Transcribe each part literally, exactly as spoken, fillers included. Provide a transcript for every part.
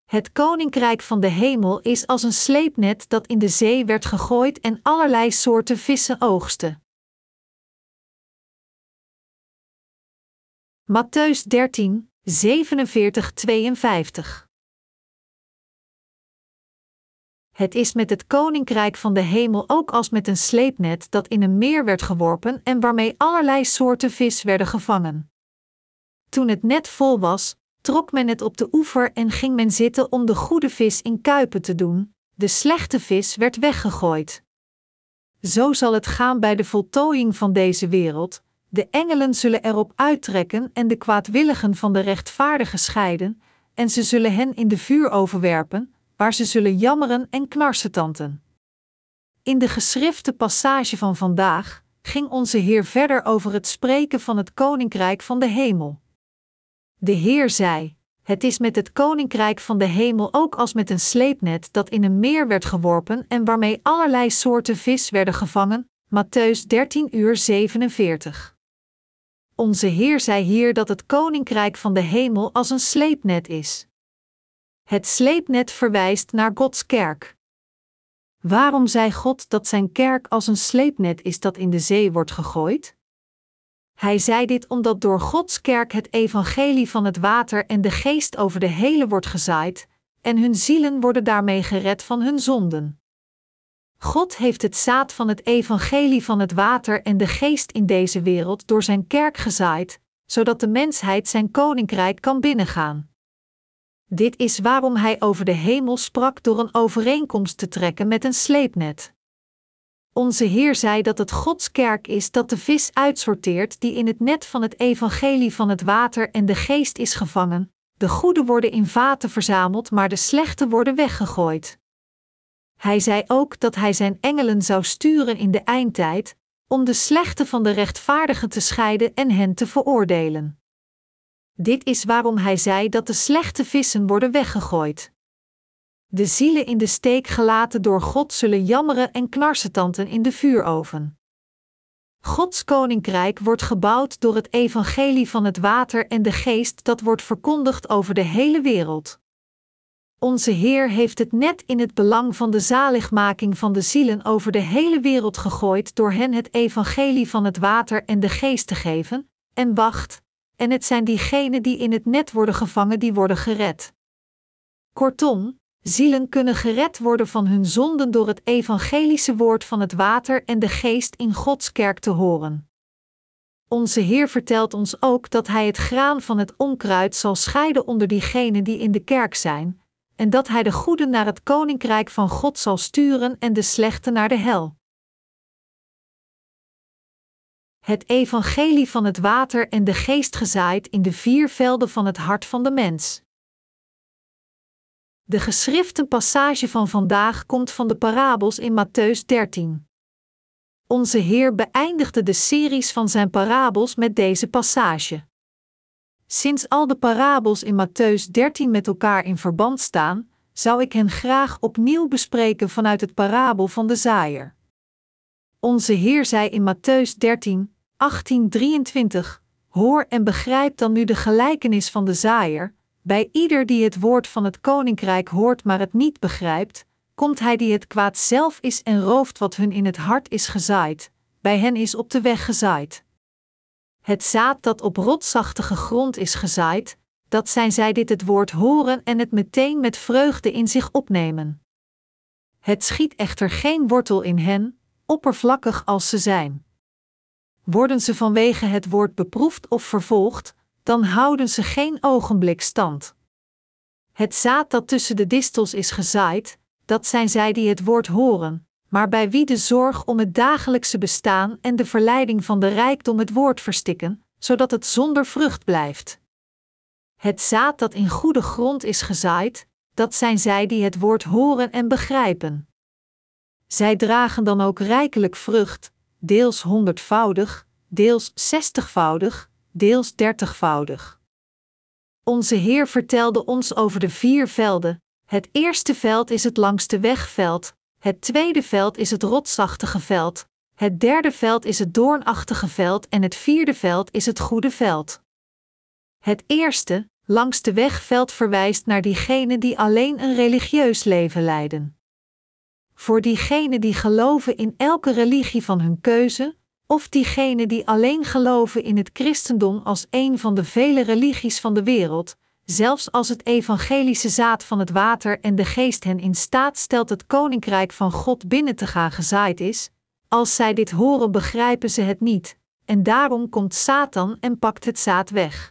Het koninkrijk van de hemel is als een sleepnet dat in de zee werd gegooid en allerlei soorten vissen oogste. Mattheüs dertien, zevenenveertig tot tweeënvijftig. Het is met het koninkrijk van de hemel ook als met een sleepnet dat in een meer werd geworpen en waarmee allerlei soorten vis werden gevangen. Toen het net vol was, trok men het op de oever en ging men zitten om de goede vis in kuipen te doen, de slechte vis werd weggegooid. Zo zal het gaan bij de voltooiing van deze wereld. De engelen zullen erop uittrekken en de kwaadwilligen van de rechtvaardigen scheiden, en ze zullen hen in de vuur overwerpen, waar ze zullen jammeren en knarsetanden. In de geschrifte passage van vandaag ging onze Heer verder over het spreken van het koninkrijk van de hemel. De Heer zei: het is met het koninkrijk van de hemel ook als met een sleepnet dat in een meer werd geworpen en waarmee allerlei soorten vis werden gevangen. Mattheüs dertien uur zevenenveertig. Onze Heer zei hier dat het koninkrijk van de hemel als een sleepnet is. Het sleepnet verwijst naar Gods kerk. Waarom zei God dat zijn kerk als een sleepnet is dat in de zee wordt gegooid? Hij zei dit omdat door Gods kerk het evangelie van het water en de geest over de hele wordt gezaaid, en hun zielen worden daarmee gered van hun zonden. God heeft het zaad van het evangelie van het water en de geest in deze wereld door zijn kerk gezaaid, zodat de mensheid zijn koninkrijk kan binnengaan. Dit is waarom hij over de hemel sprak door een overeenkomst te trekken met een sleepnet. Onze Heer zei dat het Gods kerk is dat de vis uitsorteert die in het net van het evangelie van het water en de geest is gevangen. De goede worden in vaten verzameld, maar de slechte worden weggegooid. Hij zei ook dat hij zijn engelen zou sturen in de eindtijd, om de slechte van de rechtvaardigen te scheiden en hen te veroordelen. Dit is waarom hij zei dat de slechte vissen worden weggegooid. De zielen in de steek gelaten door God zullen jammeren en knarsetanden in de vuuroven. Gods koninkrijk wordt gebouwd door het evangelie van het water en de geest dat wordt verkondigd over de hele wereld. Onze Heer heeft het net in het belang van de zaligmaking van de zielen over de hele wereld gegooid door hen het evangelie van het water en de geest te geven, en wacht, en het zijn diegenen die in het net worden gevangen die worden gered. Kortom, zielen kunnen gered worden van hun zonden door het evangelische woord van het water en de geest in Gods kerk te horen. Onze Heer vertelt ons ook dat Hij het graan van het onkruid zal scheiden onder diegenen die in de kerk zijn, en dat Hij de goeden naar het koninkrijk van God zal sturen en de slechten naar de hel. Het evangelie van het water en de geest gezaaid in de vier velden van het hart van de mens. De geschrifte passage van vandaag komt van de parabels in Mattheüs dertien. Onze Heer beëindigde de series van zijn parabels met deze passage. Sinds al de parabels in Mattheüs dertien met elkaar in verband staan, zou ik hen graag opnieuw bespreken vanuit het parabel van de zaaier. Onze Heer zei in Mattheüs dertien, achttien drieëntwintig, hoor en begrijp dan nu de gelijkenis van de zaaier. Bij ieder die het woord van het koninkrijk hoort maar het niet begrijpt, komt hij die het kwaad zelf is en rooft wat hun in het hart is gezaaid, bij hen is op de weg gezaaid. Het zaad dat op rotsachtige grond is gezaaid, dat zijn zij dit het woord horen en het meteen met vreugde in zich opnemen. Het schiet echter geen wortel in hen, oppervlakkig als ze zijn. Worden ze vanwege het woord beproefd of vervolgd, dan houden ze geen ogenblik stand. Het zaad dat tussen de distels is gezaaid, dat zijn zij die het woord horen, maar bij wie de zorg om het dagelijkse bestaan en de verleiding van de rijkdom het woord verstikken, zodat het zonder vrucht blijft. Het zaad dat in goede grond is gezaaid, dat zijn zij die het woord horen en begrijpen. Zij dragen dan ook rijkelijk vrucht, deels honderdvoudig, deels zestigvoudig, deels dertigvoudig. Onze Heer vertelde ons over de vier velden. Het eerste veld is het langste wegveld, het tweede veld is het rotsachtige veld, het derde veld is het doornachtige veld en het vierde veld is het goede veld. Het eerste, langs de wegveld verwijst naar diegenen die alleen een religieus leven leiden. Voor diegenen die geloven in elke religie van hun keuze, of diegenen die alleen geloven in het christendom als een van de vele religies van de wereld, zelfs als het evangelische zaad van het water en de geest hen in staat stelt het koninkrijk van God binnen te gaan gezaaid is, als zij dit horen begrijpen ze het niet, en daarom komt Satan en pakt het zaad weg.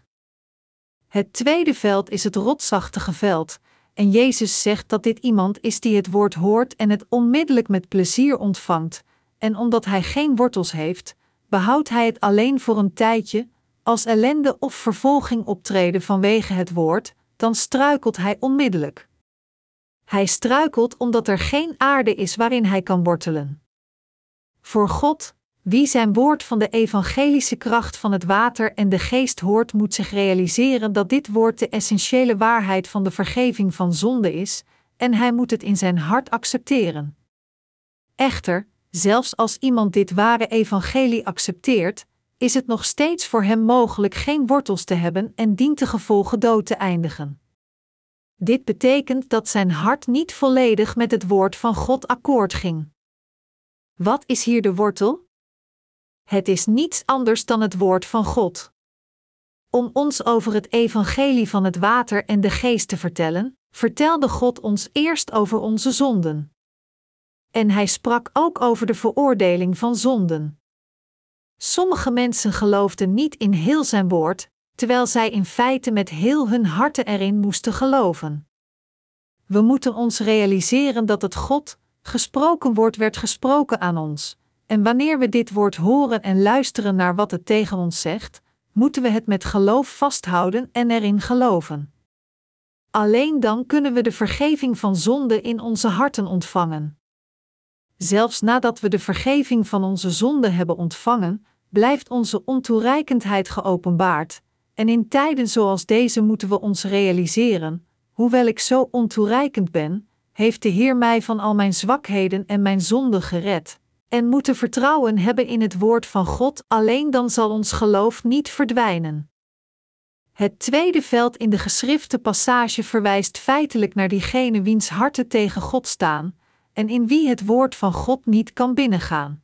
Het tweede veld is het rotsachtige veld, en Jezus zegt dat dit iemand is die het woord hoort en het onmiddellijk met plezier ontvangt, en omdat hij geen wortels heeft, behoudt hij het alleen voor een tijdje. Als ellende of vervolging optreden vanwege het woord, dan struikelt hij onmiddellijk. Hij struikelt omdat er geen aarde is waarin hij kan wortelen. Voor God, wie zijn woord van de evangelische kracht van het water en de geest hoort, moet zich realiseren dat dit woord de essentiële waarheid van de vergeving van zonde is, en hij moet het in zijn hart accepteren. Echter, zelfs als iemand dit ware evangelie accepteert, is het nog steeds voor hem mogelijk geen wortels te hebben en dientengevolge dood te eindigen. Dit betekent dat zijn hart niet volledig met het woord van God akkoord ging. Wat is hier de wortel? Het is niets anders dan het woord van God. Om ons over het evangelie van het water en de geest te vertellen, vertelde God ons eerst over onze zonden. En hij sprak ook over de veroordeling van zonden. Sommige mensen geloofden niet in heel zijn woord, terwijl zij in feite met heel hun harten erin moesten geloven. We moeten ons realiseren dat het God gesproken woord werd gesproken aan ons, en wanneer we dit woord horen en luisteren naar wat het tegen ons zegt, moeten we het met geloof vasthouden en erin geloven. Alleen dan kunnen we de vergeving van zonde in onze harten ontvangen. Zelfs nadat we de vergeving van onze zonde hebben ontvangen, blijft onze ontoereikendheid geopenbaard, en in tijden zoals deze moeten we ons realiseren: hoewel ik zo ontoereikend ben, heeft de Heer mij van al mijn zwakheden en mijn zonden gered, en moeten vertrouwen hebben in het woord van God, alleen dan zal ons geloof niet verdwijnen. Het tweede veld in de geschrifte passage verwijst feitelijk naar diegenen wiens harten tegen God staan, en in wie het woord van God niet kan binnengaan.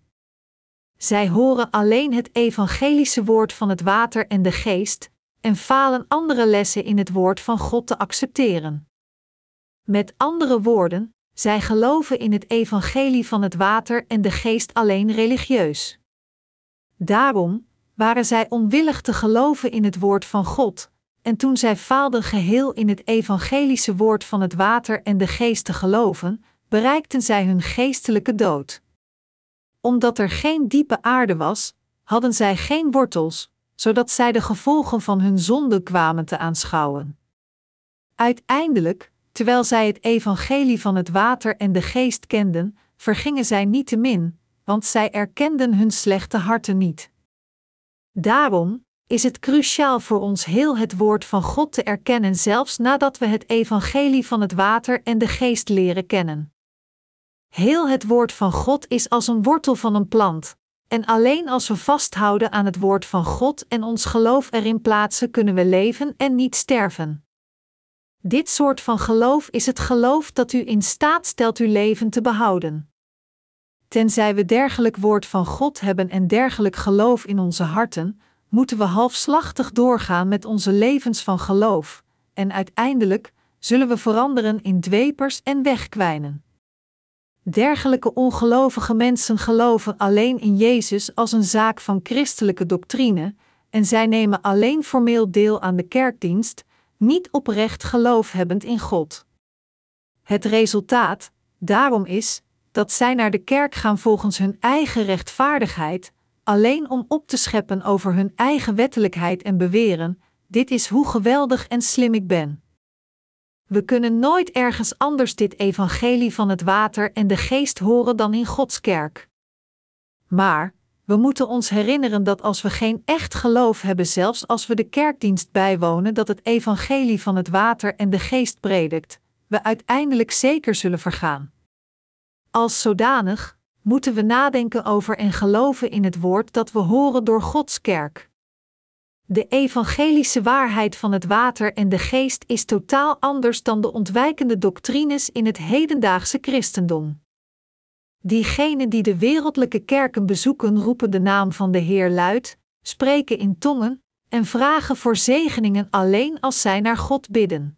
Zij horen alleen het evangelische woord van het water en de geest, en falen andere lessen in het woord van God te accepteren. Met andere woorden, zij geloven in het evangelie van het water en de geest alleen religieus. Daarom waren zij onwillig te geloven in het woord van God, en toen zij faalden geheel in het evangelische woord van het water en de geest te geloven, bereikten zij hun geestelijke dood. Omdat er geen diepe aarde was, hadden zij geen wortels, zodat zij de gevolgen van hun zonde kwamen te aanschouwen. Uiteindelijk, terwijl zij het evangelie van het water en de geest kenden, vergingen zij niettemin, want zij erkenden hun slechte harten niet. Daarom is het cruciaal voor ons heel het woord van God te erkennen, zelfs nadat we het evangelie van het water en de geest leren kennen. Heel het woord van God is als een wortel van een plant, en alleen als we vasthouden aan het woord van God en ons geloof erin plaatsen, kunnen we leven en niet sterven. Dit soort van geloof is het geloof dat u in staat stelt uw leven te behouden. Tenzij we dergelijk woord van God hebben en dergelijk geloof in onze harten, moeten we halfslachtig doorgaan met onze levens van geloof, en uiteindelijk zullen we veranderen in dwepers en wegkwijnen. Dergelijke ongelovige mensen geloven alleen in Jezus als een zaak van christelijke doctrine, en zij nemen alleen formeel deel aan de kerkdienst, niet oprecht geloof hebbend in God. Het resultaat, daarom is, dat zij naar de kerk gaan volgens hun eigen rechtvaardigheid, alleen om op te scheppen over hun eigen wettelijkheid en beweren: dit is hoe geweldig en slim ik ben. We kunnen nooit ergens anders dit evangelie van het water en de geest horen dan in Gods kerk. Maar we moeten ons herinneren dat als we geen echt geloof hebben, zelfs als we de kerkdienst bijwonen dat het evangelie van het water en de geest predikt, we uiteindelijk zeker zullen vergaan. Als zodanig moeten we nadenken over en geloven in het woord dat we horen door Gods kerk. De evangelische waarheid van het water en de geest is totaal anders dan de ontwijkende doctrines in het hedendaagse christendom. Diegenen die de wereldlijke kerken bezoeken roepen de naam van de Heer luid, spreken in tongen en vragen voor zegeningen alleen als zij naar God bidden.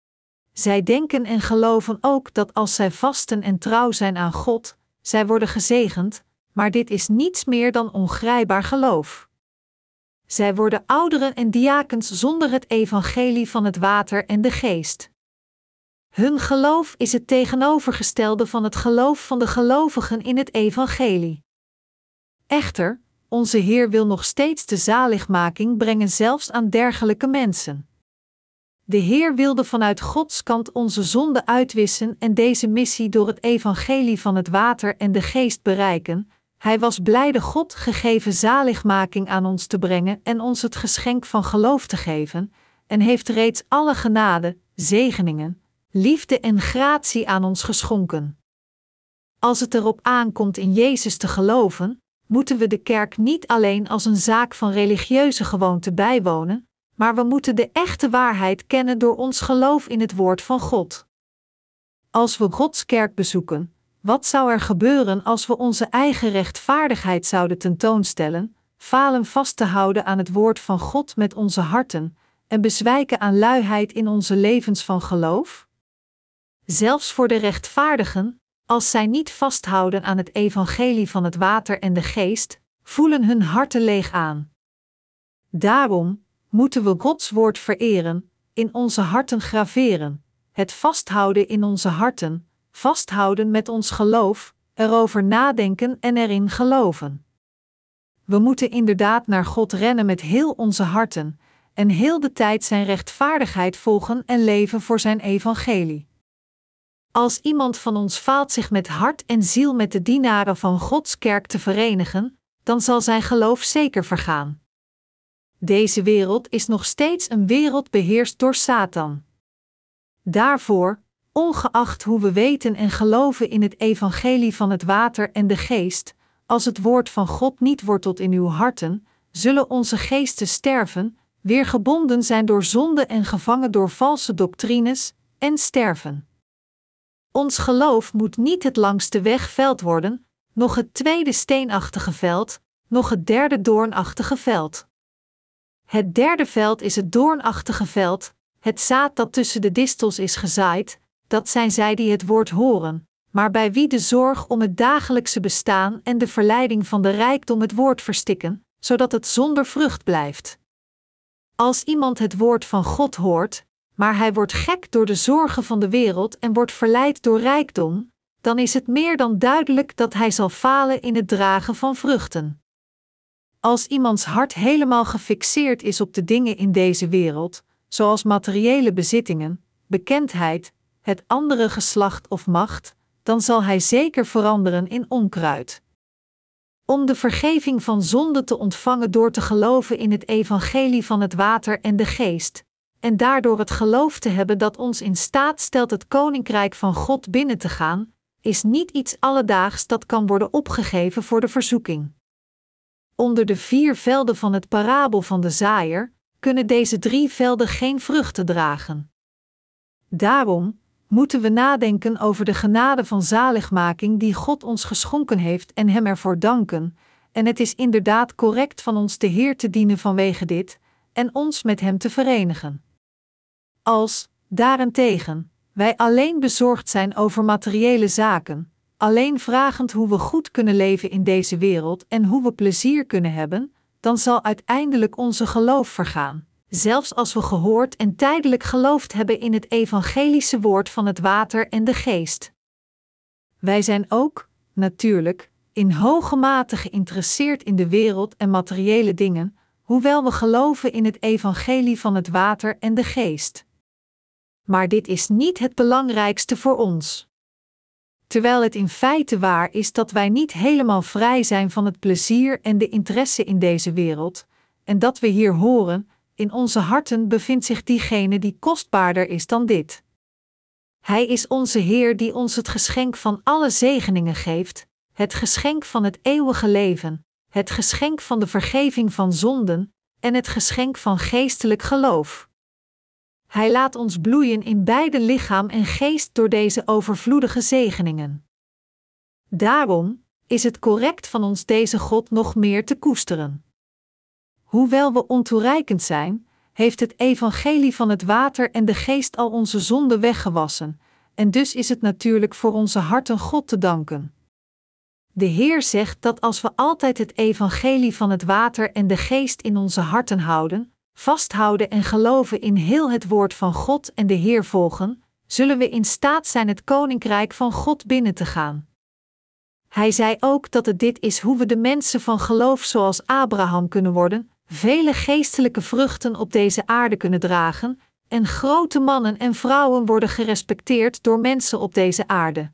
Zij denken en geloven ook dat als zij vasten en trouw zijn aan God, zij worden gezegend, maar dit is niets meer dan ongrijpbaar geloof. Zij worden ouderen en diakens zonder het evangelie van het water en de geest. Hun geloof is het tegenovergestelde van het geloof van de gelovigen in het evangelie. Echter, onze Heer wil nog steeds de zaligmaking brengen zelfs aan dergelijke mensen. De Heer wilde vanuit Gods kant onze zonde uitwissen en deze missie door het evangelie van het water en de geest bereiken. Hij was blij de God gegeven zaligmaking aan ons te brengen en ons het geschenk van geloof te geven, en heeft reeds alle genade, zegeningen, liefde en gratie aan ons geschonken. Als het erop aankomt in Jezus te geloven, moeten we de kerk niet alleen als een zaak van religieuze gewoonte bijwonen, maar we moeten de echte waarheid kennen door ons geloof in het woord van God. Als we Gods kerk bezoeken, wat zou er gebeuren als we onze eigen rechtvaardigheid zouden tentoonstellen, falen vast te houden aan het woord van God met onze harten en bezwijken aan luiheid in onze levens van geloof? Zelfs voor de rechtvaardigen, als zij niet vasthouden aan het evangelie van het water en de geest, voelen hun harten leeg aan. Daarom moeten we Gods woord vereren, in onze harten graveren, het vasthouden in onze harten, vasthouden met ons geloof, erover nadenken en erin geloven. We moeten inderdaad naar God rennen met heel onze harten en heel de tijd zijn rechtvaardigheid volgen en leven voor zijn evangelie. Als iemand van ons faalt zich met hart en ziel met de dienaren van Gods kerk te verenigen, dan zal zijn geloof zeker vergaan. Deze wereld is nog steeds een wereld beheerst door Satan. Daarvoor, ongeacht hoe we weten en geloven in het evangelie van het water en de geest, als het woord van God niet wortelt in uw harten, zullen onze geesten sterven, weer gebonden zijn door zonde en gevangen door valse doctrines, en sterven. Ons geloof moet niet het langste wegveld worden, noch het tweede steenachtige veld, noch het derde doornachtige veld. Het derde veld is het doornachtige veld, het zaad dat tussen de distels is gezaaid, dat zijn zij die het woord horen, maar bij wie de zorg om het dagelijkse bestaan en de verleiding van de rijkdom het woord verstikken, zodat het zonder vrucht blijft. Als iemand het woord van God hoort, maar hij wordt gek door de zorgen van de wereld en wordt verleid door rijkdom, dan is het meer dan duidelijk dat hij zal falen in het dragen van vruchten. Als iemands hart helemaal gefixeerd is op de dingen in deze wereld, zoals materiële bezittingen, bekendheid, het andere geslacht of macht, dan zal hij zeker veranderen in onkruid. Om de vergeving van zonde te ontvangen door te geloven in het evangelie van het water en de geest, en daardoor het geloof te hebben dat ons in staat stelt het koninkrijk van God binnen te gaan, is niet iets alledaags dat kan worden opgegeven voor de verzoeking. Onder de vier velden van het parabel van de zaaier kunnen deze drie velden geen vruchten dragen. Daarom moeten we nadenken over de genade van zaligmaking die God ons geschonken heeft en hem ervoor danken, en het is inderdaad correct van ons de Heer te dienen vanwege dit, en ons met hem te verenigen. Als, daarentegen, wij alleen bezorgd zijn over materiële zaken, alleen vragend hoe we goed kunnen leven in deze wereld en hoe we plezier kunnen hebben, dan zal uiteindelijk onze geloof vergaan, zelfs als we gehoord en tijdelijk geloofd hebben in het evangelische woord van het water en de geest. Wij zijn ook, natuurlijk, in hoge mate geïnteresseerd in de wereld en materiële dingen, hoewel we geloven in het evangelie van het water en de geest. Maar dit is niet het belangrijkste voor ons. Terwijl het in feite waar is dat wij niet helemaal vrij zijn van het plezier en de interesse in deze wereld, en dat we hier horen, in onze harten bevindt zich diegene die kostbaarder is dan dit. Hij is onze Heer die ons het geschenk van alle zegeningen geeft, het geschenk van het eeuwige leven, het geschenk van de vergeving van zonden, en het geschenk van geestelijk geloof. Hij laat ons bloeien in beide lichaam en geest door deze overvloedige zegeningen. Daarom is het correct van ons deze God nog meer te koesteren. Hoewel we ontoereikend zijn, heeft het evangelie van het water en de geest al onze zonden weggewassen, en dus is het natuurlijk voor onze harten God te danken. De Heer zegt dat als we altijd het evangelie van het water en de geest in onze harten houden, vasthouden en geloven in heel het woord van God en de Heer volgen, zullen we in staat zijn het koninkrijk van God binnen te gaan. Hij zei ook dat het dit is hoe we de mensen van geloof zoals Abraham kunnen worden, vele geestelijke vruchten op deze aarde kunnen dragen, en grote mannen en vrouwen worden gerespecteerd door mensen op deze aarde.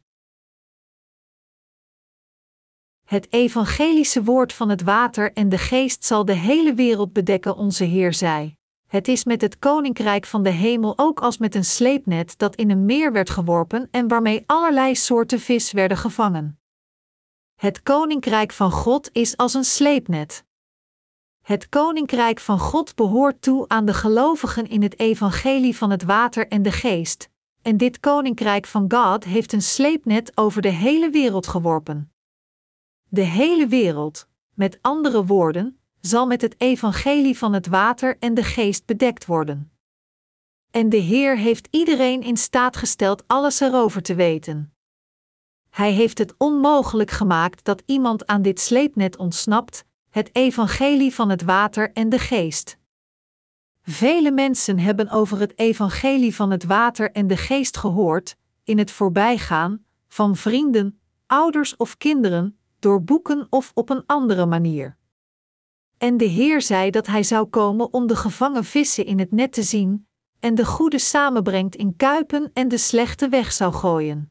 Het evangelische woord van het water en de geest zal de hele wereld bedekken, onze Heer zei. Het is met het koninkrijk van de hemel ook als met een sleepnet dat in een meer werd geworpen en waarmee allerlei soorten vis werden gevangen. Het koninkrijk van God is als een sleepnet. Het koninkrijk van God behoort toe aan de gelovigen in het evangelie van het water en de geest, en dit koninkrijk van God heeft een sleepnet over de hele wereld geworpen. De hele wereld, met andere woorden, zal met het evangelie van het water en de geest bedekt worden. En de Heer heeft iedereen in staat gesteld alles erover te weten. Hij heeft het onmogelijk gemaakt dat iemand aan dit sleepnet ontsnapt, het evangelie van het water en de geest. Vele mensen hebben over het evangelie van het water en de geest gehoord, in het voorbijgaan, van vrienden, ouders of kinderen, door boeken of op een andere manier. En de Heer zei dat Hij zou komen om de gevangen vissen in het net te zien, en de goede samenbrengt in kuipen en de slechte weg zou gooien.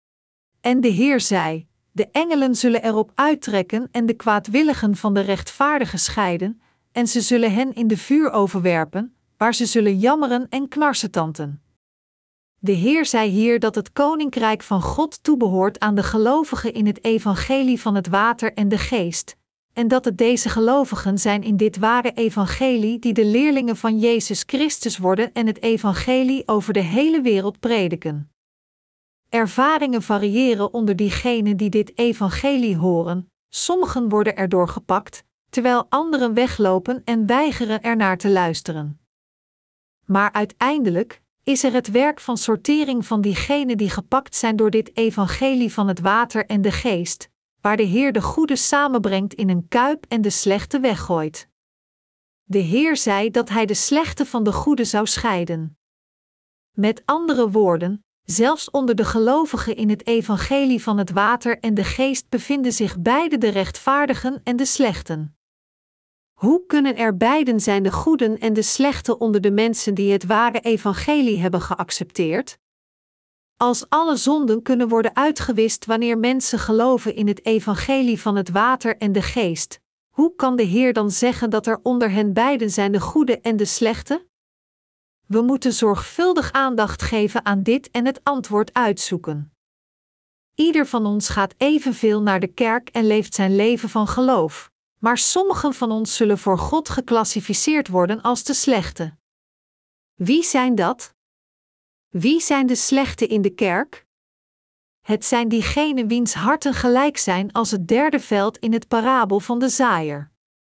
En de Heer zei, de engelen zullen erop uittrekken en de kwaadwilligen van de rechtvaardigen scheiden, en ze zullen hen in de vuur overwerpen, waar ze zullen jammeren en knarsetanden. De Heer zei hier dat het koninkrijk van God toebehoort aan de gelovigen in het evangelie van het water en de geest, en dat het deze gelovigen zijn in dit ware evangelie die de leerlingen van Jezus Christus worden en het evangelie over de hele wereld prediken. Ervaringen variëren onder diegenen die dit evangelie horen, sommigen worden erdoor gepakt, terwijl anderen weglopen en weigeren ernaar te luisteren. Maar uiteindelijk is er het werk van sortering van diegenen die gepakt zijn door dit evangelie van het water en de geest, waar de Heer de goede samenbrengt in een kuip en de slechte weggooit. De Heer zei dat Hij de slechte van de goede zou scheiden. Met andere woorden, zelfs onder de gelovigen in het evangelie van het water en de geest bevinden zich beide de rechtvaardigen en de slechten. Hoe kunnen er beiden zijn de goeden en de slechten onder de mensen die het ware evangelie hebben geaccepteerd? Als alle zonden kunnen worden uitgewist wanneer mensen geloven in het evangelie van het water en de geest, hoe kan de Heer dan zeggen dat er onder hen beiden zijn de goede en de slechte? We moeten zorgvuldig aandacht geven aan dit en het antwoord uitzoeken. Ieder van ons gaat evenveel naar de kerk en leeft zijn leven van geloof, maar sommigen van ons zullen voor God geclassificeerd worden als de slechte. Wie zijn dat? Wie zijn de slechten in de kerk? Het zijn diegenen wiens harten gelijk zijn als het derde veld in het parabel van de zaaier.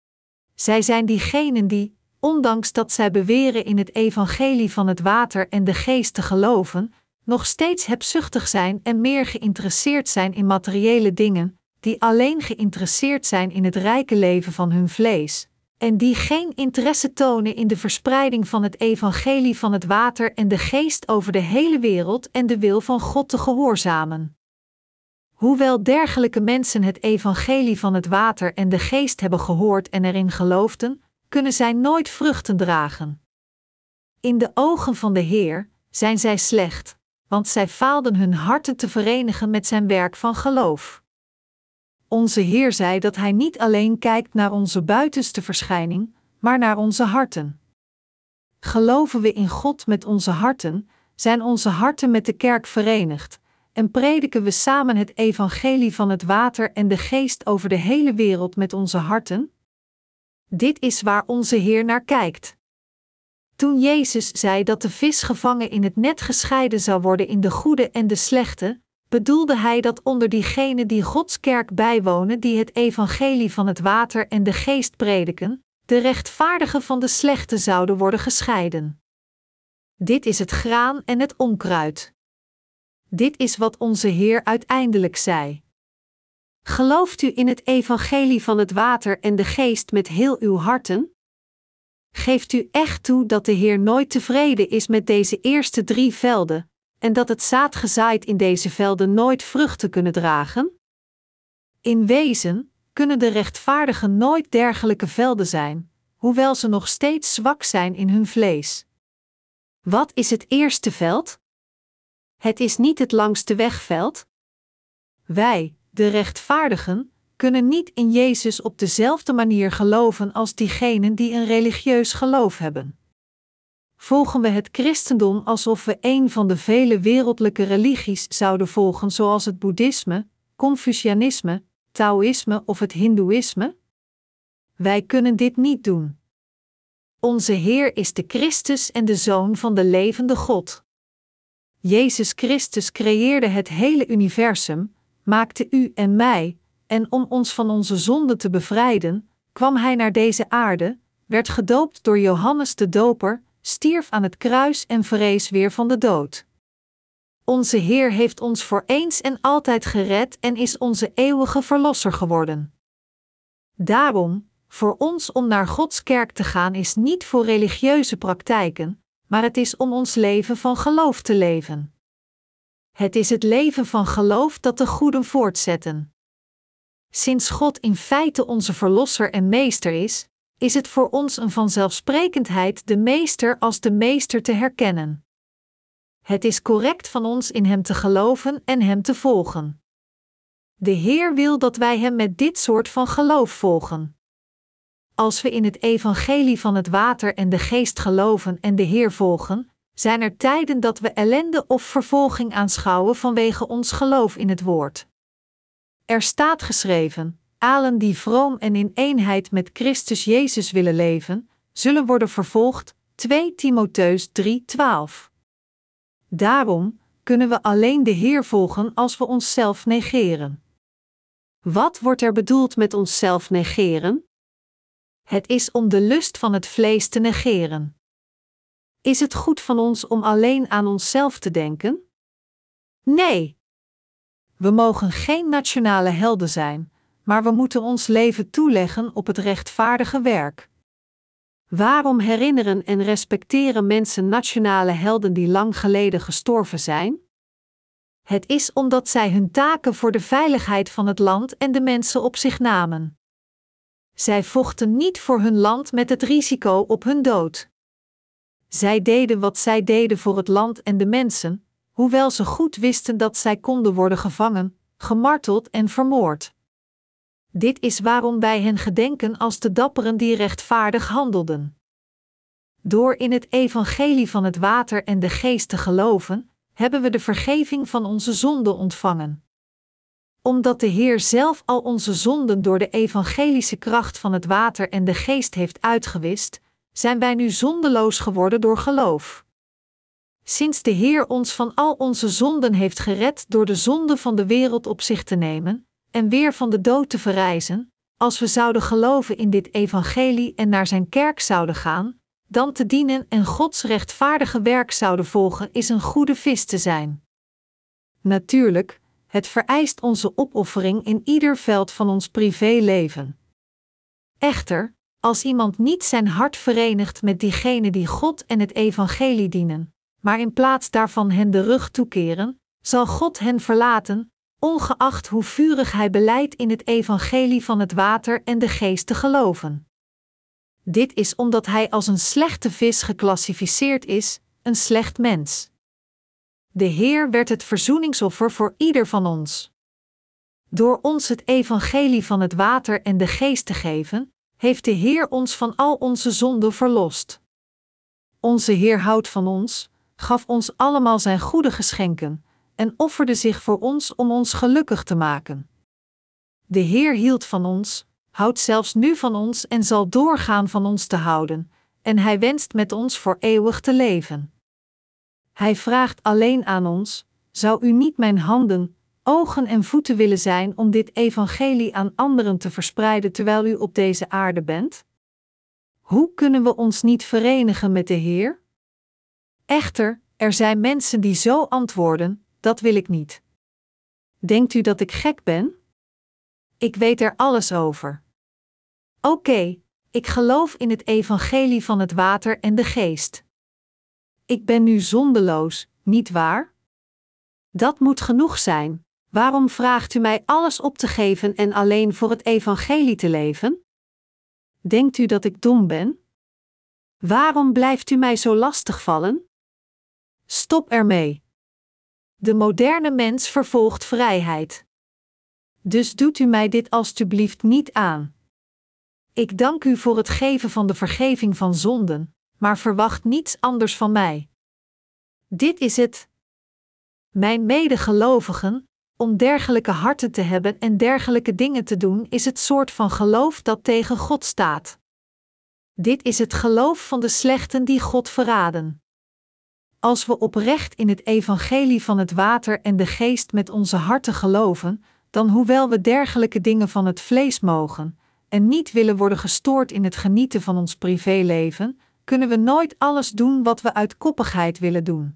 Zij zijn diegenen die, ondanks dat zij beweren in het evangelie van het water en de geest te geloven, nog steeds hebzuchtig zijn en meer geïnteresseerd zijn in materiële dingen, die alleen geïnteresseerd zijn in het rijke leven van hun vlees, en die geen interesse tonen in de verspreiding van het evangelie van het water en de geest over de hele wereld en de wil van God te gehoorzamen. Hoewel dergelijke mensen het evangelie van het water en de geest hebben gehoord en erin geloofden, kunnen zij nooit vruchten dragen. In de ogen van de Heer zijn zij slecht, want zij faalden hun harten te verenigen met zijn werk van geloof. Onze Heer zei dat Hij niet alleen kijkt naar onze buitenste verschijning, maar naar onze harten. Geloven we in God met onze harten, zijn onze harten met de kerk verenigd, en prediken we samen het evangelie van het water en de geest over de hele wereld met onze harten? Dit is waar onze Heer naar kijkt. Toen Jezus zei dat de vis gevangen in het net gescheiden zou worden in de goede en de slechte, bedoelde hij dat onder diegenen die Gods kerk bijwonen die het evangelie van het water en de geest prediken, de rechtvaardigen van de slechte zouden worden gescheiden. Dit is het graan en het onkruid. Dit is wat onze Heer uiteindelijk zei. Gelooft u in het evangelie van het water en de geest met heel uw harten? Geeft u echt toe dat de Heer nooit tevreden is met deze eerste drie velden, en dat het zaad gezaaid in deze velden nooit vruchten kunnen dragen? In wezen kunnen de rechtvaardigen nooit dergelijke velden zijn, hoewel ze nog steeds zwak zijn in hun vlees. Wat is het eerste veld? Het is niet het langste wegveld. Wij, de rechtvaardigen, kunnen niet in Jezus op dezelfde manier geloven als diegenen die een religieus geloof hebben. Volgen we het christendom alsof we een van de vele wereldlijke religies zouden volgen zoals het boeddhisme, Confucianisme, Taoïsme of het hindoeïsme? Wij kunnen dit niet doen. Onze Heer is de Christus en de Zoon van de levende God. Jezus Christus creëerde het hele universum, maakte u en mij, en om ons van onze zonden te bevrijden, kwam Hij naar deze aarde, werd gedoopt door Johannes de Doper, stierf aan het kruis en verrees weer van de dood. Onze Heer heeft ons voor eens en altijd gered en is onze eeuwige verlosser geworden. Daarom, voor ons om naar Gods kerk te gaan is niet voor religieuze praktijken, maar het is om ons leven van geloof te leven. Het is het leven van geloof dat de goeden voortzetten. Sinds God in feite onze verlosser en meester is, is het voor ons een vanzelfsprekendheid de meester als de meester te herkennen. Het is correct van ons in Hem te geloven en Hem te volgen. De Heer wil dat wij Hem met dit soort van geloof volgen. Als we in het evangelie van het water en de geest geloven en de Heer volgen, zijn er tijden dat we ellende of vervolging aanschouwen vanwege ons geloof in het woord. Er staat geschreven: allen die vroom en in eenheid met Christus Jezus willen leven, zullen worden vervolgd, twee Timotheus drie twaalf. Daarom kunnen we alleen de Heer volgen als we onszelf negeren. Wat wordt er bedoeld met onszelf negeren? Het is om de lust van het vlees te negeren. Is het goed van ons om alleen aan onszelf te denken? Nee. We mogen geen nationale helden zijn, maar we moeten ons leven toeleggen op het rechtvaardige werk. Waarom herinneren en respecteren mensen nationale helden die lang geleden gestorven zijn? Het is omdat zij hun taken voor de veiligheid van het land en de mensen op zich namen. Zij vochten niet voor hun land met het risico op hun dood. Zij deden wat zij deden voor het land en de mensen, hoewel ze goed wisten dat zij konden worden gevangen, gemarteld en vermoord. Dit is waarom wij hen gedenken als de dapperen die rechtvaardig handelden. Door in het evangelie van het water en de geest te geloven, hebben we de vergeving van onze zonden ontvangen. Omdat de Heer zelf al onze zonden door de evangelische kracht van het water en de geest heeft uitgewist, zijn wij nu zondeloos geworden door geloof. Sinds de Heer ons van al onze zonden heeft gered door de zonde van de wereld op zich te nemen, en weer van de dood te verrijzen, als we zouden geloven in dit evangelie en naar zijn kerk zouden gaan, dan te dienen en Gods rechtvaardige werk zouden volgen, is een goede vis te zijn. Natuurlijk, het vereist onze opoffering in ieder veld van ons privéleven. Echter, als iemand niet zijn hart verenigt met diegenen die God en het evangelie dienen, maar in plaats daarvan hen de rug toekeren, zal God hen verlaten, ongeacht hoe vurig hij belijdt in het evangelie van het water en de geest te geloven. Dit is omdat hij als een slechte vis geclassificeerd is, een slecht mens. De Heer werd het verzoeningsoffer voor ieder van ons. Door ons het evangelie van het water en de geest te geven, heeft de Heer ons van al onze zonden verlost. Onze Heer houdt van ons, gaf ons allemaal zijn goede geschenken, en offerde zich voor ons om ons gelukkig te maken. De Heer hield van ons, houdt zelfs nu van ons en zal doorgaan van ons te houden, en Hij wenst met ons voor eeuwig te leven. Hij vraagt alleen aan ons: zou u niet mijn handen, ogen en voeten willen zijn om dit evangelie aan anderen te verspreiden terwijl u op deze aarde bent? Hoe kunnen we ons niet verenigen met de Heer? Echter, er zijn mensen die zo antwoorden: dat wil ik niet. Denkt u dat ik gek ben? Ik weet er alles over. Oké, okay, ik geloof in het evangelie van het water en de geest. Ik ben nu zondeloos, niet waar? Dat moet genoeg zijn. Waarom vraagt u mij alles op te geven en alleen voor het evangelie te leven? Denkt u dat ik dom ben? Waarom blijft u mij zo lastig vallen? Stop ermee. De moderne mens vervolgt vrijheid. Dus doet u mij dit alstublieft niet aan. Ik dank u voor het geven van de vergeving van zonden, maar verwacht niets anders van mij. Dit is het. Mijn medegelovigen, om dergelijke harten te hebben en dergelijke dingen te doen, is het soort van geloof dat tegen God staat. Dit is het geloof van de slechten die God verraden. Als we oprecht in het evangelie van het water en de geest met onze harten geloven, dan hoewel we dergelijke dingen van het vlees mogen, en niet willen worden gestoord in het genieten van ons privéleven, kunnen we nooit alles doen wat we uit koppigheid willen doen.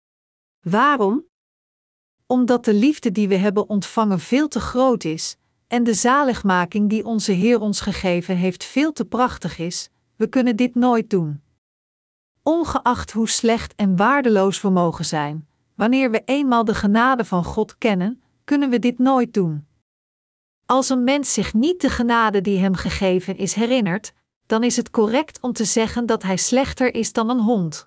Waarom? Omdat de liefde die we hebben ontvangen veel te groot is, en de zaligmaking die onze Heer ons gegeven heeft veel te prachtig is, we kunnen dit nooit doen. Ongeacht hoe slecht en waardeloos we mogen zijn, wanneer we eenmaal de genade van God kennen, kunnen we dit nooit doen. Als een mens zich niet de genade die hem gegeven is herinnert, dan is het correct om te zeggen dat hij slechter is dan een hond.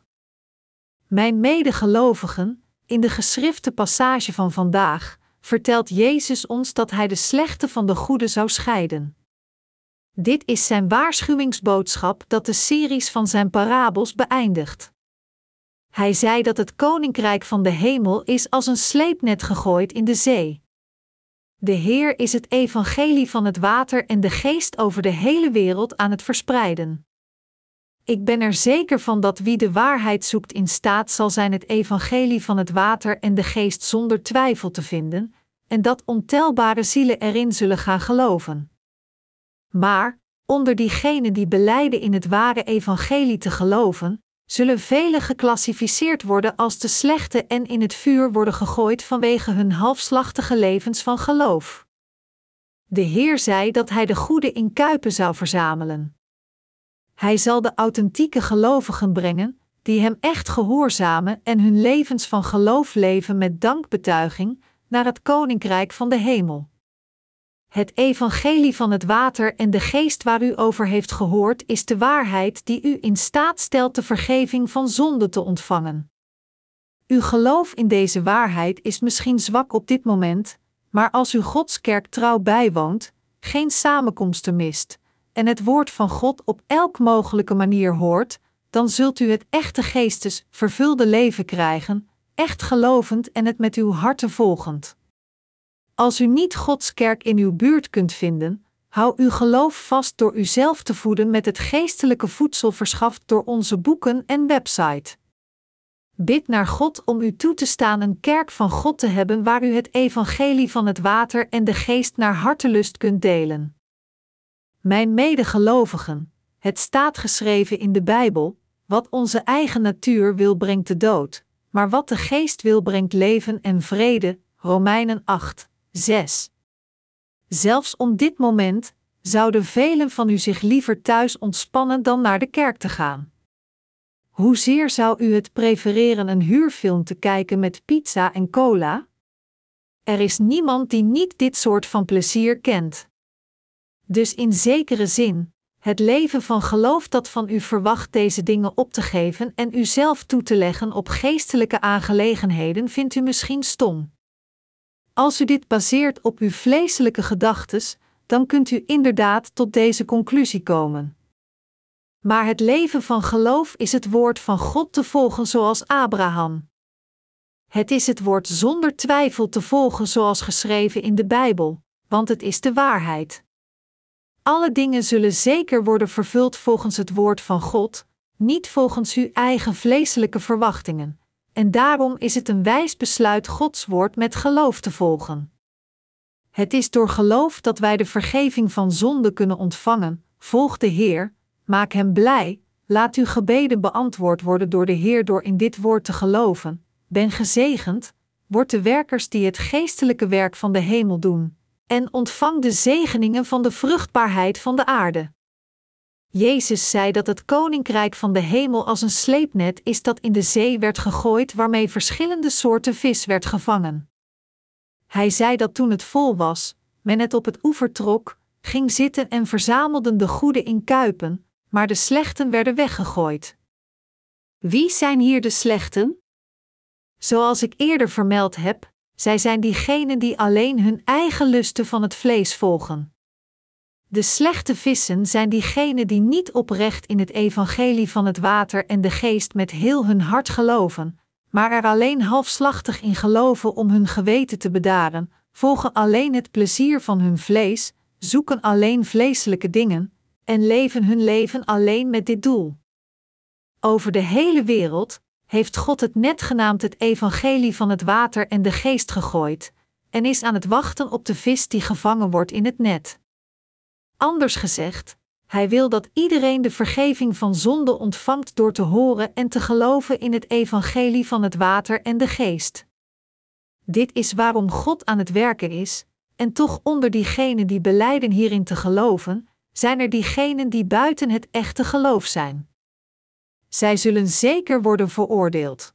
Mijn medegelovigen, in de geschrifte passage van vandaag, vertelt Jezus ons dat hij de slechte van de goede zou scheiden. Dit is zijn waarschuwingsboodschap dat de series van zijn parabels beëindigt. Hij zei dat het koninkrijk van de hemel is als een sleepnet gegooid in de zee. De Heer is het evangelie van het water en de geest over de hele wereld aan het verspreiden. Ik ben er zeker van dat wie de waarheid zoekt in staat zal zijn het evangelie van het water en de geest zonder twijfel te vinden, en dat ontelbare zielen erin zullen gaan geloven. Maar, onder diegenen die belijden in het ware evangelie te geloven, zullen velen geclassificeerd worden als de slechte en in het vuur worden gegooid vanwege hun halfslachtige levens van geloof. De Heer zei dat Hij de goeden in kuipen zou verzamelen. Hij zal de authentieke gelovigen brengen, die Hem echt gehoorzamen en hun levens van geloof leven met dankbetuiging, naar het koninkrijk van de hemel. Het evangelie van het water en de geest waar u over heeft gehoord is de waarheid die u in staat stelt de vergeving van zonde te ontvangen. Uw geloof in deze waarheid is misschien zwak op dit moment, maar als u Gods kerk trouw bijwoont, geen samenkomsten mist, en het woord van God op elk mogelijke manier hoort, dan zult u het echte geestes vervulde leven krijgen, echt gelovend en het met uw harten volgend. Als u niet Gods kerk in uw buurt kunt vinden, hou uw geloof vast door uzelf te voeden met het geestelijke voedsel verschaft door onze boeken en website. Bid naar God om u toe te staan een kerk van God te hebben waar u het evangelie van het water en de geest naar hartelust kunt delen. Mijn medegelovigen, het staat geschreven in de Bijbel, wat onze eigen natuur wil brengt de dood, maar wat de geest wil brengt leven en vrede, Romeinen acht, zes. Zelfs om dit moment zouden velen van u zich liever thuis ontspannen dan naar de kerk te gaan. Hoezeer zou u het prefereren een huurfilm te kijken met pizza en cola? Er is niemand die niet dit soort van plezier kent. Dus in zekere zin, het leven van geloof dat van u verwacht deze dingen op te geven en u zelf toe te leggen op geestelijke aangelegenheden vindt u misschien stom. Als u dit baseert op uw vleeselijke gedachtes, dan kunt u inderdaad tot deze conclusie komen. Maar het leven van geloof is het woord van God te volgen zoals Abraham. Het is het woord zonder twijfel te volgen zoals geschreven in de Bijbel, want het is de waarheid. Alle dingen zullen zeker worden vervuld volgens het woord van God, niet volgens uw eigen vleeselijke verwachtingen. En daarom is het een wijs besluit Gods woord met geloof te volgen. Het is door geloof dat wij de vergeving van zonde kunnen ontvangen. Volg de Heer, maak Hem blij, laat uw gebeden beantwoord worden door de Heer door in dit woord te geloven. Ben gezegend, word de werkers die het geestelijke werk van de hemel doen, en ontvang de zegeningen van de vruchtbaarheid van de aarde. Jezus zei dat het koninkrijk van de hemel als een sleepnet is dat in de zee werd gegooid waarmee verschillende soorten vis werd gevangen. Hij zei dat toen het vol was, men het op het oever trok, ging zitten en verzamelden de goede in kuipen, maar de slechten werden weggegooid. Wie zijn hier de slechten? Zoals ik eerder vermeld heb, zij zijn diegenen die alleen hun eigen lusten van het vlees volgen. De slechte vissen zijn diegenen die niet oprecht in het evangelie van het water en de geest met heel hun hart geloven, maar er alleen halfslachtig in geloven om hun geweten te bedaren, volgen alleen het plezier van hun vlees, zoeken alleen vleeselijke dingen, en leven hun leven alleen met dit doel. Over de hele wereld heeft God het net genaamd het evangelie van het water en de geest gegooid, en is aan het wachten op de vis die gevangen wordt in het net. Anders gezegd, Hij wil dat iedereen de vergeving van zonde ontvangt door te horen en te geloven in het evangelie van het water en de geest. Dit is waarom God aan het werken is, en toch onder diegenen die belijden hierin te geloven, zijn er diegenen die buiten het echte geloof zijn. Zij zullen zeker worden veroordeeld.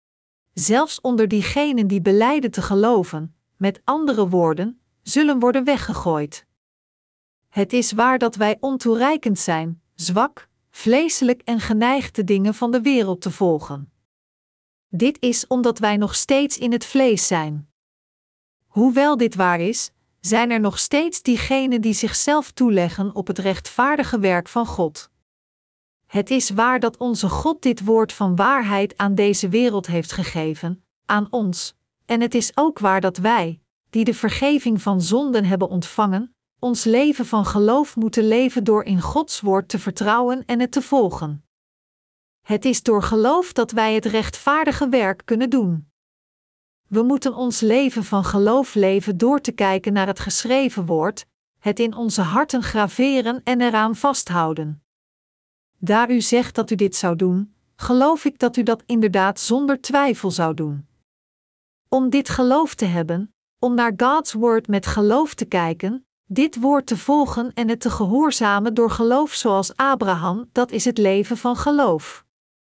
Zelfs onder diegenen die belijden te geloven, met andere woorden, zullen worden weggegooid. Het is waar dat wij ontoereikend zijn, zwak, vleeselijk en geneigd de dingen van de wereld te volgen. Dit is omdat wij nog steeds in het vlees zijn. Hoewel dit waar is, zijn er nog steeds diegenen die zichzelf toeleggen op het rechtvaardige werk van God. Het is waar dat onze God dit woord van waarheid aan deze wereld heeft gegeven, aan ons, en het is ook waar dat wij, die de vergeving van zonden hebben ontvangen, ons leven van geloof moeten leven door in Gods woord te vertrouwen en het te volgen. Het is door geloof dat wij het rechtvaardige werk kunnen doen. We moeten ons leven van geloof leven door te kijken naar het geschreven woord, het in onze harten graveren en eraan vasthouden. Daar u zegt dat u dit zou doen, geloof ik dat u dat inderdaad zonder twijfel zou doen. Om dit geloof te hebben, om naar Gods woord met geloof te kijken, dit woord te volgen en het te gehoorzamen door geloof zoals Abraham, dat is het leven van geloof.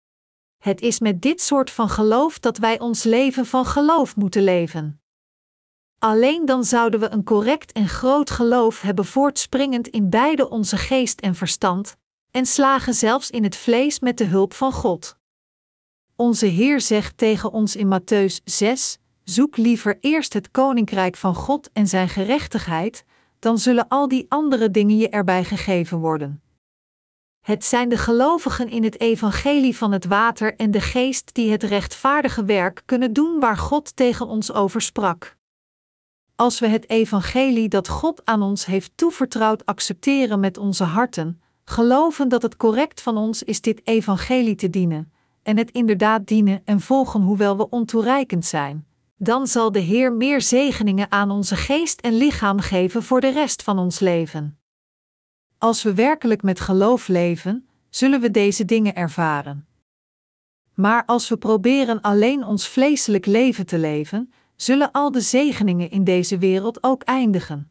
Het is met dit soort van geloof dat wij ons leven van geloof moeten leven. Alleen dan zouden we een correct en groot geloof hebben voortspringend in beide onze geest en verstand, en slagen zelfs in het vlees met de hulp van God. Onze Heer zegt tegen ons in Mattheüs zes, zoek liever eerst het koninkrijk van God en zijn gerechtigheid, dan zullen al die andere dingen je erbij gegeven worden. Het zijn de gelovigen in het evangelie van het water en de geest die het rechtvaardige werk kunnen doen waar God tegen ons over sprak. Als we het evangelie dat God aan ons heeft toevertrouwd accepteren met onze harten, geloven dat het correct van ons is dit evangelie te dienen, en het inderdaad dienen en volgen hoewel we ontoereikend zijn, dan zal de Heer meer zegeningen aan onze geest en lichaam geven voor de rest van ons leven. Als we werkelijk met geloof leven, zullen we deze dingen ervaren. Maar als we proberen alleen ons vleeselijk leven te leven, zullen al de zegeningen in deze wereld ook eindigen.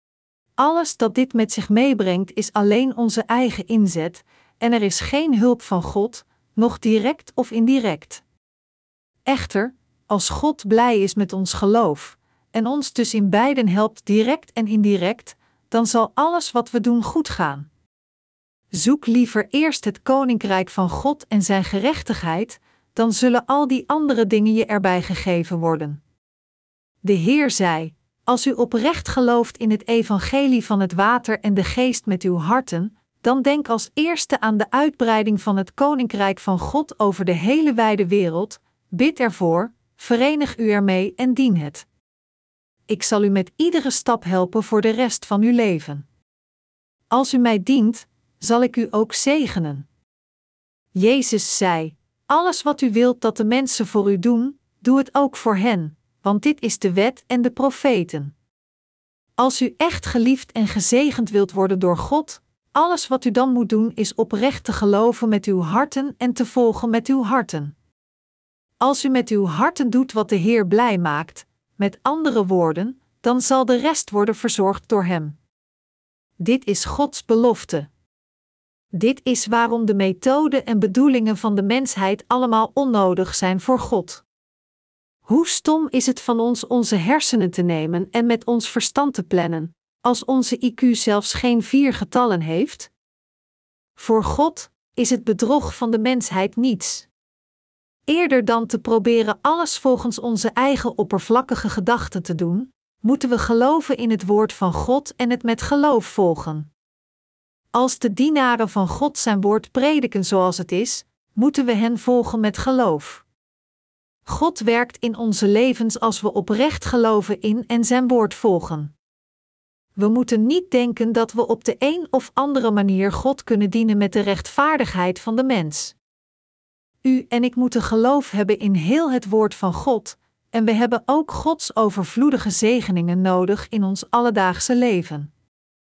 Alles dat dit met zich meebrengt is alleen onze eigen inzet, en er is geen hulp van God, noch direct of indirect. Echter, als God blij is met ons geloof, en ons dus in beiden helpt direct en indirect, dan zal alles wat we doen goed gaan. Zoek liever eerst het koninkrijk van God en zijn gerechtigheid, dan zullen al die andere dingen je erbij gegeven worden. De Heer zei, als u oprecht gelooft in het evangelie van het water en de geest met uw harten, dan denk als eerste aan de uitbreiding van het koninkrijk van God over de hele wijde wereld, bid ervoor, verenig u ermee en dien het. Ik zal u met iedere stap helpen voor de rest van uw leven. Als u mij dient, zal ik u ook zegenen. Jezus zei: alles wat u wilt dat de mensen voor u doen, doe het ook voor hen, want dit is de wet en de profeten. Als u echt geliefd en gezegend wilt worden door God, alles wat u dan moet doen is oprecht te geloven met uw harten en te volgen met uw harten. Als u met uw harten doet wat de Heer blij maakt, met andere woorden, dan zal de rest worden verzorgd door Hem. Dit is Gods belofte. Dit is waarom de methoden en bedoelingen van de mensheid allemaal onnodig zijn voor God. Hoe stom is het van ons onze hersenen te nemen en met ons verstand te plannen, als onze I Q zelfs geen vier getallen heeft? Voor God is het bedrog van de mensheid niets. Eerder dan te proberen alles volgens onze eigen oppervlakkige gedachten te doen, moeten we geloven in het woord van God en het met geloof volgen. Als de dienaren van God zijn woord prediken zoals het is, moeten we hen volgen met geloof. God werkt in onze levens als we oprecht geloven in en zijn woord volgen. We moeten niet denken dat we op de een of andere manier God kunnen dienen met de rechtvaardigheid van de mens. U en ik moeten geloof hebben in heel het woord van God, en we hebben ook Gods overvloedige zegeningen nodig in ons alledaagse leven.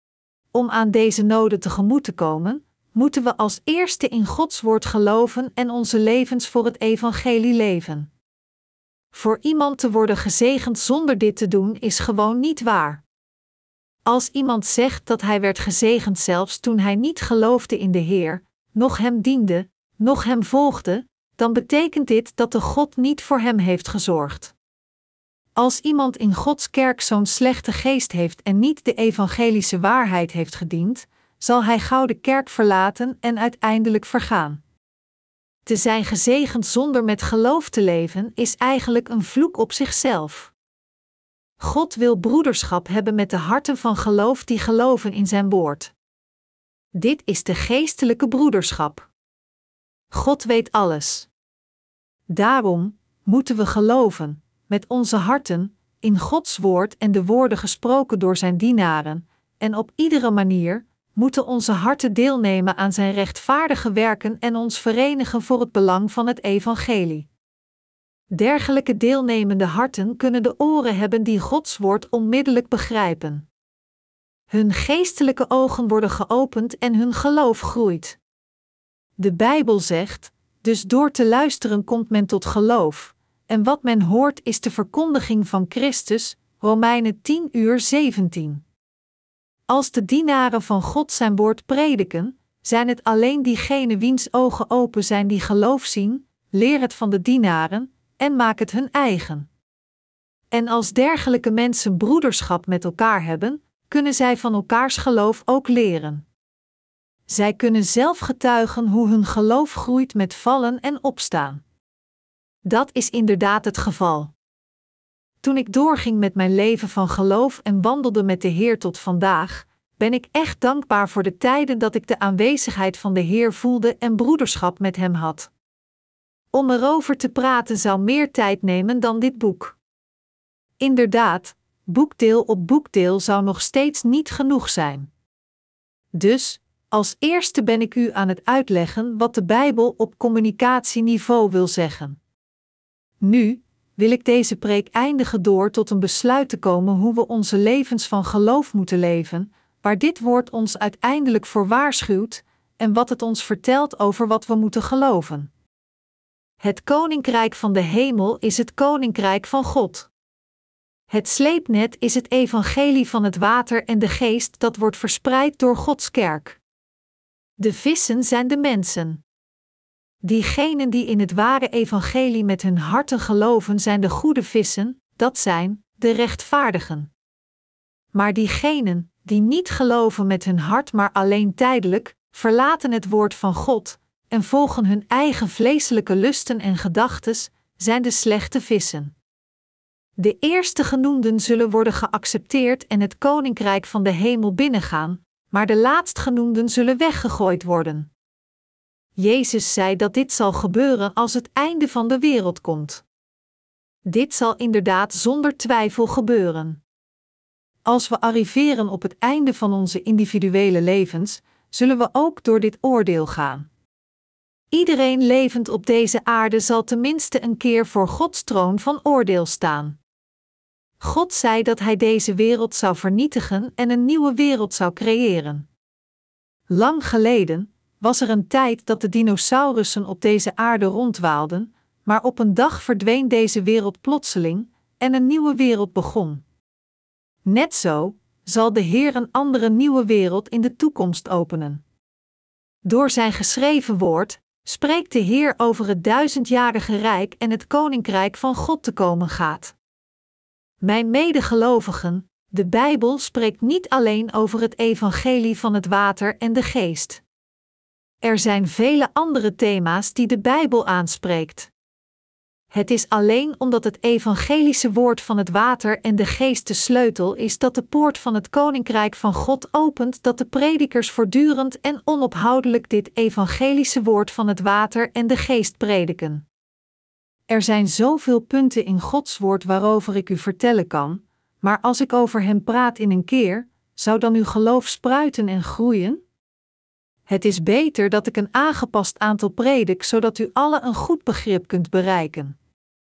Om aan deze noden tegemoet te komen, moeten we als eerste in Gods woord geloven en onze levens voor het evangelie leven. Voor iemand te worden gezegend zonder dit te doen is gewoon niet waar. Als iemand zegt dat hij werd gezegend zelfs toen hij niet geloofde in de Heer, noch hem diende, noch hem volgde, dan betekent dit dat de God niet voor hem heeft gezorgd. Als iemand in Gods kerk zo'n slechte geest heeft en niet de evangelische waarheid heeft gediend, zal hij gauw de kerk verlaten en uiteindelijk vergaan. Te zijn gezegend zonder met geloof te leven is eigenlijk een vloek op zichzelf. God wil broederschap hebben met de harten van geloof die geloven in zijn woord. Dit is de geestelijke broederschap. God weet alles. Daarom moeten we geloven, met onze harten, in Gods woord en de woorden gesproken door zijn dienaren, en op iedere manier moeten onze harten deelnemen aan zijn rechtvaardige werken en ons verenigen voor het belang van het evangelie. Dergelijke deelnemende harten kunnen de oren hebben die Gods woord onmiddellijk begrijpen. Hun geestelijke ogen worden geopend en hun geloof groeit. De Bijbel zegt: dus door te luisteren komt men tot geloof, en wat men hoort is de verkondiging van Christus, Romeinen tien uur zeventien. Als de dienaren van God zijn woord prediken, zijn het alleen diegenen wiens ogen open zijn die geloof zien, leer het van de dienaren, en maak het hun eigen. En als dergelijke mensen broederschap met elkaar hebben, kunnen zij van elkaars geloof ook leren. Zij kunnen zelf getuigen hoe hun geloof groeit met vallen en opstaan. Dat is inderdaad het geval. Toen ik doorging met mijn leven van geloof en wandelde met de Heer tot vandaag, ben ik echt dankbaar voor de tijden dat ik de aanwezigheid van de Heer voelde en broederschap met Hem had. Om erover te praten zou meer tijd nemen dan dit boek. Inderdaad, boekdeel op boekdeel zou nog steeds niet genoeg zijn. Dus, als eerste ben ik u aan het uitleggen wat de Bijbel op communicatieniveau wil zeggen. Nu wil ik deze preek eindigen door tot een besluit te komen hoe we onze levens van geloof moeten leven, waar dit woord ons uiteindelijk voor waarschuwt en wat het ons vertelt over wat we moeten geloven. Het koninkrijk van de hemel is het koninkrijk van God. Het sleepnet is het evangelie van het water en de geest dat wordt verspreid door Gods kerk. De vissen zijn de mensen. Diegenen die in het ware evangelie met hun harten geloven zijn de goede vissen, dat zijn de rechtvaardigen. Maar diegenen die niet geloven met hun hart maar alleen tijdelijk, verlaten het woord van God en volgen hun eigen vleeselijke lusten en gedachtes, zijn de slechte vissen. De eerste genoemden zullen worden geaccepteerd en het koninkrijk van de hemel binnengaan, maar de laatstgenoemden zullen weggegooid worden. Jezus zei dat dit zal gebeuren als het einde van de wereld komt. Dit zal inderdaad zonder twijfel gebeuren. Als we arriveren op het einde van onze individuele levens, zullen we ook door dit oordeel gaan. Iedereen levend op deze aarde zal tenminste een keer voor Gods troon van oordeel staan. God zei dat Hij deze wereld zou vernietigen en een nieuwe wereld zou creëren. Lang geleden was er een tijd dat de dinosaurussen op deze aarde rondwaalden, maar op een dag verdween deze wereld plotseling en een nieuwe wereld begon. Net zo zal de Heer een andere nieuwe wereld in de toekomst openen. Door zijn geschreven woord spreekt de Heer over het duizendjarige rijk en het koninkrijk van God te komen gaat. Mijn medegelovigen, de Bijbel spreekt niet alleen over het evangelie van het water en de geest. Er zijn vele andere thema's die de Bijbel aanspreekt. Het is alleen omdat het evangelische woord van het water en de geest de sleutel is dat de poort van het koninkrijk van God opent, dat de predikers voortdurend en onophoudelijk dit evangelische woord van het water en de geest prediken. Er zijn zoveel punten in Gods woord waarover ik u vertellen kan, maar als ik over hem praat in een keer, zou dan uw geloof spruiten en groeien? Het is beter dat ik een aangepast aantal predik, zodat u alle een goed begrip kunt bereiken.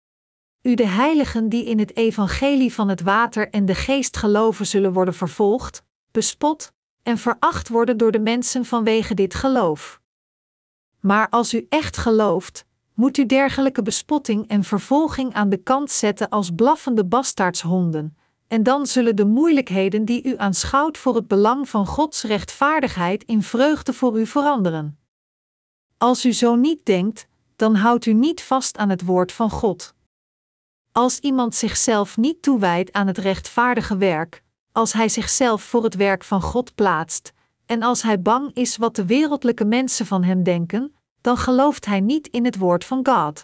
U de heiligen die in het evangelie van het water en de geest geloven zullen worden vervolgd, bespot en veracht worden door de mensen vanwege dit geloof. Maar als u echt gelooft, moet u dergelijke bespotting en vervolging aan de kant zetten als blaffende bastaardshonden, en dan zullen de moeilijkheden die u aanschouwt voor het belang van Gods rechtvaardigheid in vreugde voor u veranderen. Als u zo niet denkt, dan houdt u niet vast aan het woord van God. Als iemand zichzelf niet toewijdt aan het rechtvaardige werk, als hij zichzelf voor het werk van God plaatst, en als hij bang is wat de wereldlijke mensen van hem denken, dan gelooft hij niet in het woord van God.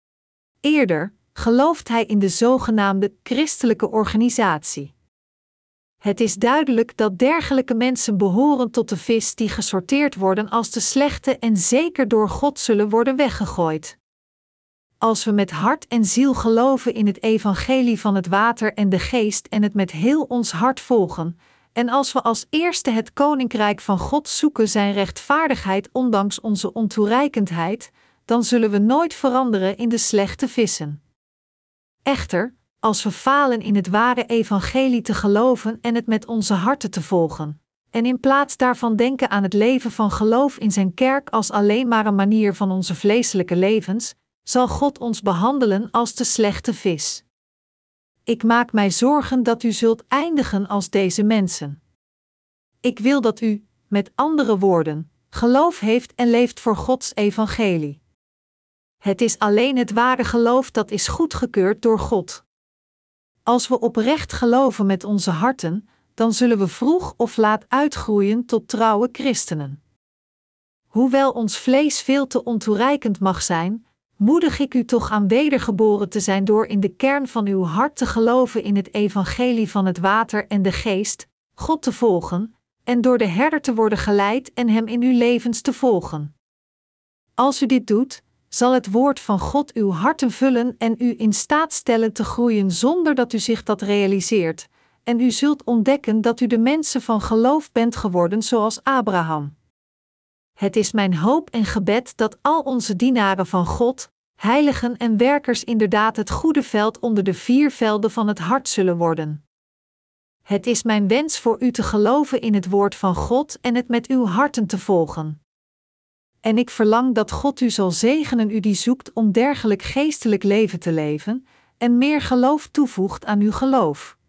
Eerder gelooft hij in de zogenaamde christelijke organisatie. Het is duidelijk dat dergelijke mensen behoren tot de vis die gesorteerd worden als de slechte en zeker door God zullen worden weggegooid. Als we met hart en ziel geloven in het evangelie van het water en de geest en het met heel ons hart volgen, en als we als eerste het koninkrijk van God zoeken zijn rechtvaardigheid ondanks onze ontoereikendheid, dan zullen we nooit veranderen in de slechte vissen. Echter, als we falen in het ware evangelie te geloven en het met onze harten te volgen, en in plaats daarvan denken aan het leven van geloof in zijn kerk als alleen maar een manier van onze vleeselijke levens, zal God ons behandelen als de slechte vis. Ik maak mij zorgen dat u zult eindigen als deze mensen. Ik wil dat u, met andere woorden, geloof heeft en leeft voor Gods evangelie. Het is alleen het ware geloof dat is goedgekeurd door God. Als we oprecht geloven met onze harten, dan zullen we vroeg of laat uitgroeien tot trouwe christenen. Hoewel ons vlees veel te ontoereikend mag zijn, moedig ik u toch aan wedergeboren te zijn door in de kern van uw hart te geloven in het evangelie van het water en de geest, God te volgen, en door de herder te worden geleid en hem in uw levens te volgen. Als u dit doet, zal het woord van God uw harten vullen en u in staat stellen te groeien zonder dat u zich dat realiseert, en u zult ontdekken dat u de mensen van geloof bent geworden zoals Abraham. Het is mijn hoop en gebed dat al onze dienaren van God, heiligen en werkers inderdaad het goede veld onder de vier velden van het hart zullen worden. Het is mijn wens voor u te geloven in het woord van God en het met uw harten te volgen. En ik verlang dat God u zal zegenen u die zoekt om dergelijk geestelijk leven te leven, en meer geloof toevoegt aan uw geloof.